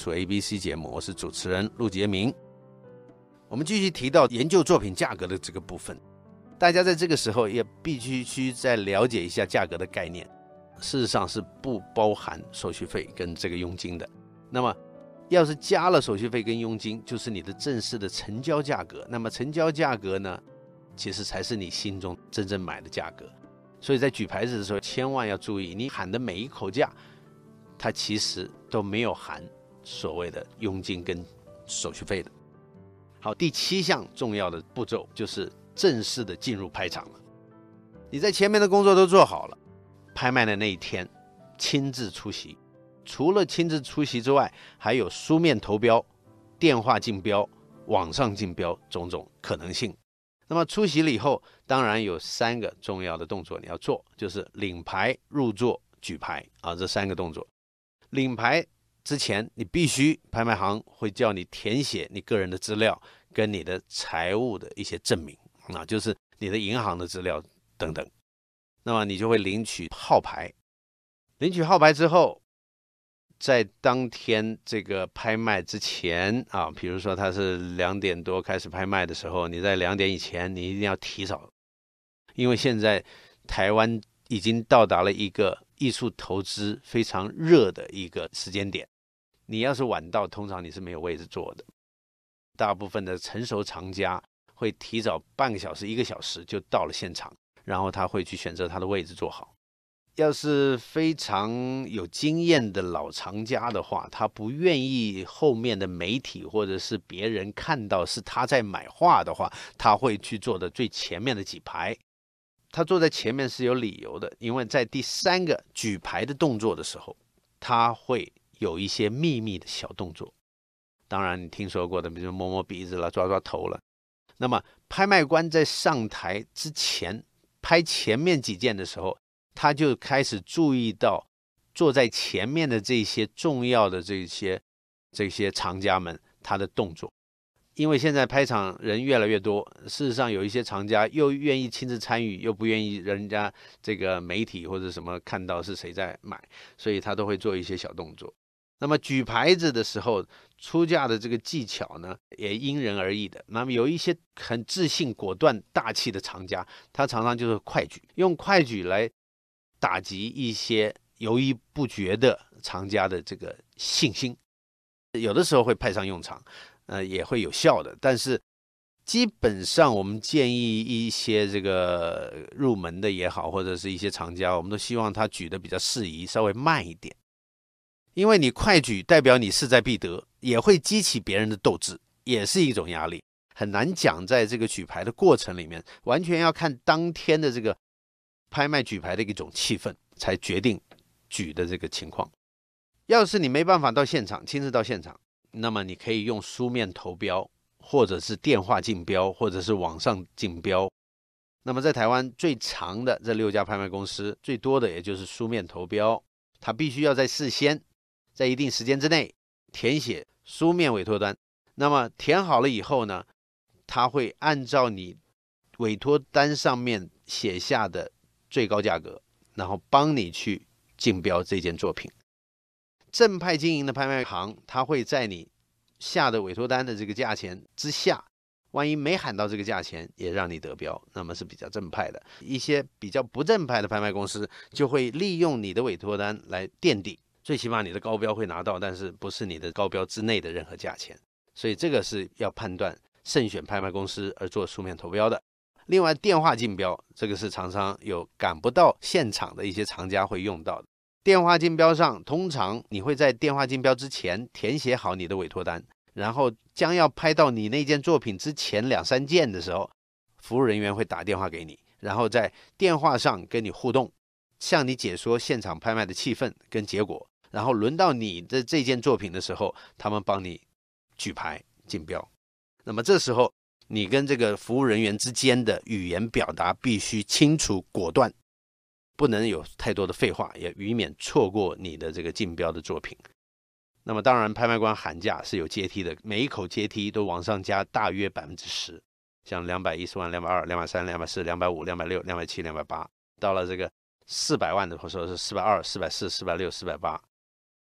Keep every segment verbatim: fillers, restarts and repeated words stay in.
术 A B C 节目，我是主持人陆杰明。我们继续提到研究作品价格的这个部分，大家在这个时候也必须去再了解一下价格的概念。事实上是不包含手续费跟这个佣金的。那么要是加了手续费跟佣金，就是你的正式的成交价格。那么成交价格呢，其实才是你心中真正买的价格。所以在举牌子的时候，千万要注意，你喊的每一口价，它其实都没有含所谓的佣金跟手续费的。好，第七项重要的步骤就是正式的进入拍场了。你在前面的工作都做好了，拍卖的那一天亲自出席。除了亲自出席之外，还有书面投标、电话竞标、网上竞标种种可能性。那么出席了以后，当然有三个重要的动作你要做，就是领牌、入座、举牌啊，这三个动作。领牌之前，你必须拍卖行会叫你填写你个人的资料跟你的财务的一些证明啊，就是你的银行的资料等等。那么你就会领取号牌，领取号牌之后，在当天这个拍卖之前啊，比如说它是两点多开始拍卖的时候，你在两点以前你一定要提早，因为现在台湾已经到达了一个艺术投资非常热的一个时间点。你要是晚到，通常你是没有位置坐的。大部分的成熟藏家会提早半个小时、一个小时就到了现场，然后他会去选择他的位置坐好。要是非常有经验的老藏家的话，他不愿意后面的媒体或者是别人看到是他在买画的话，他会去坐的最前面的几排。他坐在前面是有理由的，因为在第三个举牌的动作的时候，他会有一些秘密的小动作。当然你听说过的，比如摸摸鼻子了、抓抓头了。那么拍卖官在上台之前拍前面几件的时候，他就开始注意到坐在前面的这些重要的这些这些藏家们他的动作。因为现在拍场人越来越多，事实上有一些藏家又愿意亲自参与，又不愿意人家这个媒体或者什么看到是谁在买，所以他都会做一些小动作。那么举牌子的时候，出价的这个技巧呢，也因人而异的。那么有一些很自信、果断、大气的藏家，他常常就是快举，用快举来打击一些犹豫不决的藏家的这个信心。有的时候会派上用场，呃，也会有效的。但是基本上我们建议一些这个入门的也好，或者是一些藏家，我们都希望他举的比较适宜，稍微慢一点。因为你快举代表你势在必得，也会激起别人的斗志，也是一种压力。很难讲在这个举牌的过程里面，完全要看当天的这个拍卖举牌的一种气氛，才决定举的这个情况。要是你没办法到现场，亲自到现场，那么你可以用书面投标，或者是电话竞标，或者是网上竞标。那么在台湾最长的这六家拍卖公司，最多的也就是书面投标，它必须要在事先在一定时间之内填写书面委托单。那么填好了以后呢，他会按照你委托单上面写下的最高价格，然后帮你去竞标这件作品。正派经营的拍卖行，他会在你下的委托单的这个价钱之下，万一没喊到这个价钱，也让你得标，那么是比较正派的。一些比较不正派的拍卖公司，就会利用你的委托单来垫底，最起码你的高标会拿到，但是不是你的高标之内的任何价钱。所以这个是要判断慎选拍卖公司而做书面投标的。另外电话竞标，这个是常常有赶不到现场的一些藏家会用到的。电话竞标上，通常你会在电话竞标之前填写好你的委托单，然后将要拍到你那件作品之前两三件的时候，服务人员会打电话给你，然后在电话上跟你互动，向你解说现场拍卖的气氛跟结果，然后轮到你的这件作品的时候，他们帮你举牌竞标。那么这时候你跟这个服务人员之间的语言表达必须清楚果断，不能有太多的废话，也以免错过你的这个竞标的作品。那么当然拍卖官喊价是有阶梯的，每一口阶梯都往上加大约 百分之十， 像两百一十万、两百二十、两百三十、两百四十、两百五十、两百六十、两百七十、两百八十，到了这个四百万的时候是四百二十、四百四十、四百六十、四百八十。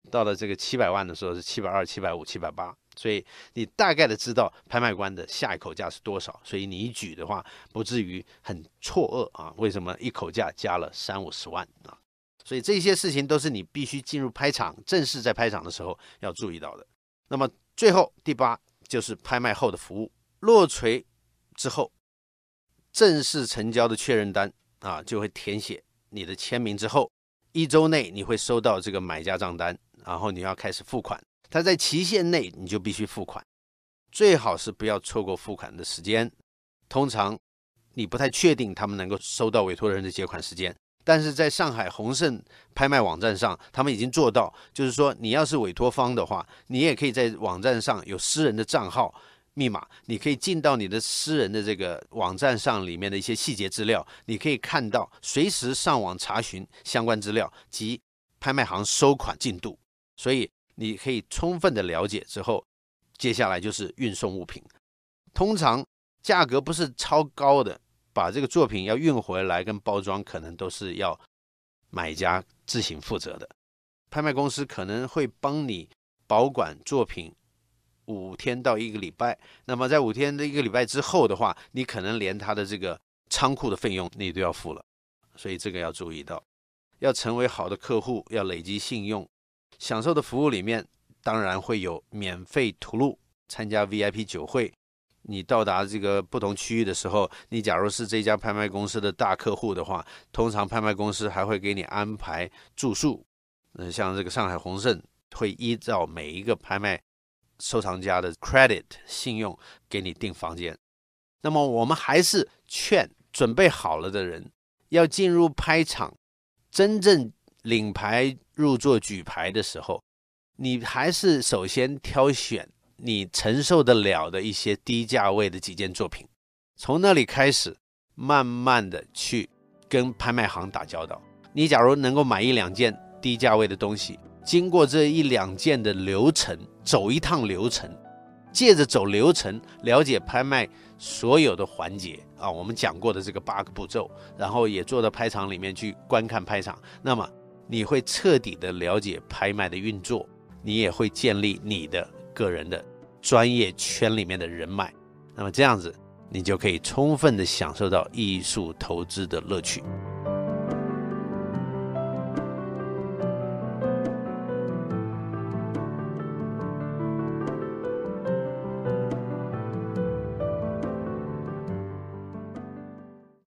到了这个七百万的时候是七百二、七百五、七百八，所以你大概的知道拍卖官的下一口价是多少，所以你一举的话不至于很错愕啊，为什么一口价加了三五十万啊？所以这些事情都是你必须进入拍场，正式在拍场的时候要注意到的。那么最后第八就是拍卖后的服务，落锤之后，正式成交的确认单啊就会填写你的签名之后，一周内你会收到这个买家账单，然后你要开始付款。它在期限内你就必须付款，最好是不要错过付款的时间。通常你不太确定他们能够收到委托人的结款时间，但是在上海宏盛拍卖网站上，他们已经做到，就是说你要是委托方的话，你也可以在网站上有私人的账号密码，你可以进到你的私人的这个网站上里面的一些细节资料，你可以看到随时上网查询相关资料及拍卖行收款进度，所以你可以充分的了解之后，接下来就是运送物品。通常价格不是超高的，把这个作品要运回来跟包装可能都是要买家自行负责的，拍卖公司可能会帮你保管作品五天到一个礼拜，那么在五天的一个礼拜之后的话，你可能连他的这个仓库的费用你都要付了，所以这个要注意到。要成为好的客户，要累积信用，享受的服务里面当然会有免费图录，参加 V I P 酒会。你到达这个不同区域的时候，你假如是这家拍卖公司的大客户的话，通常拍卖公司还会给你安排住宿。呃，像这个上海宏盛会依照每一个拍卖收藏家的 credit 信用给你订房间。那么我们还是劝准备好了的人，要进入拍场，真正领牌入座举牌的时候，你还是首先挑选你承受得了的一些低价位的几件作品，从那里开始慢慢的去跟拍卖行打交道。你假如能够买一两件低价位的东西，经过这一两件的流程，走一趟流程，借着走流程了解拍卖所有的环节啊，我们讲过的这个八个步骤，然后也坐到拍场里面去观看拍场，那么你会彻底的了解拍卖的运作，你也会建立你的个人的专业圈里面的人脉，那么这样子你就可以充分的享受到艺术投资的乐趣。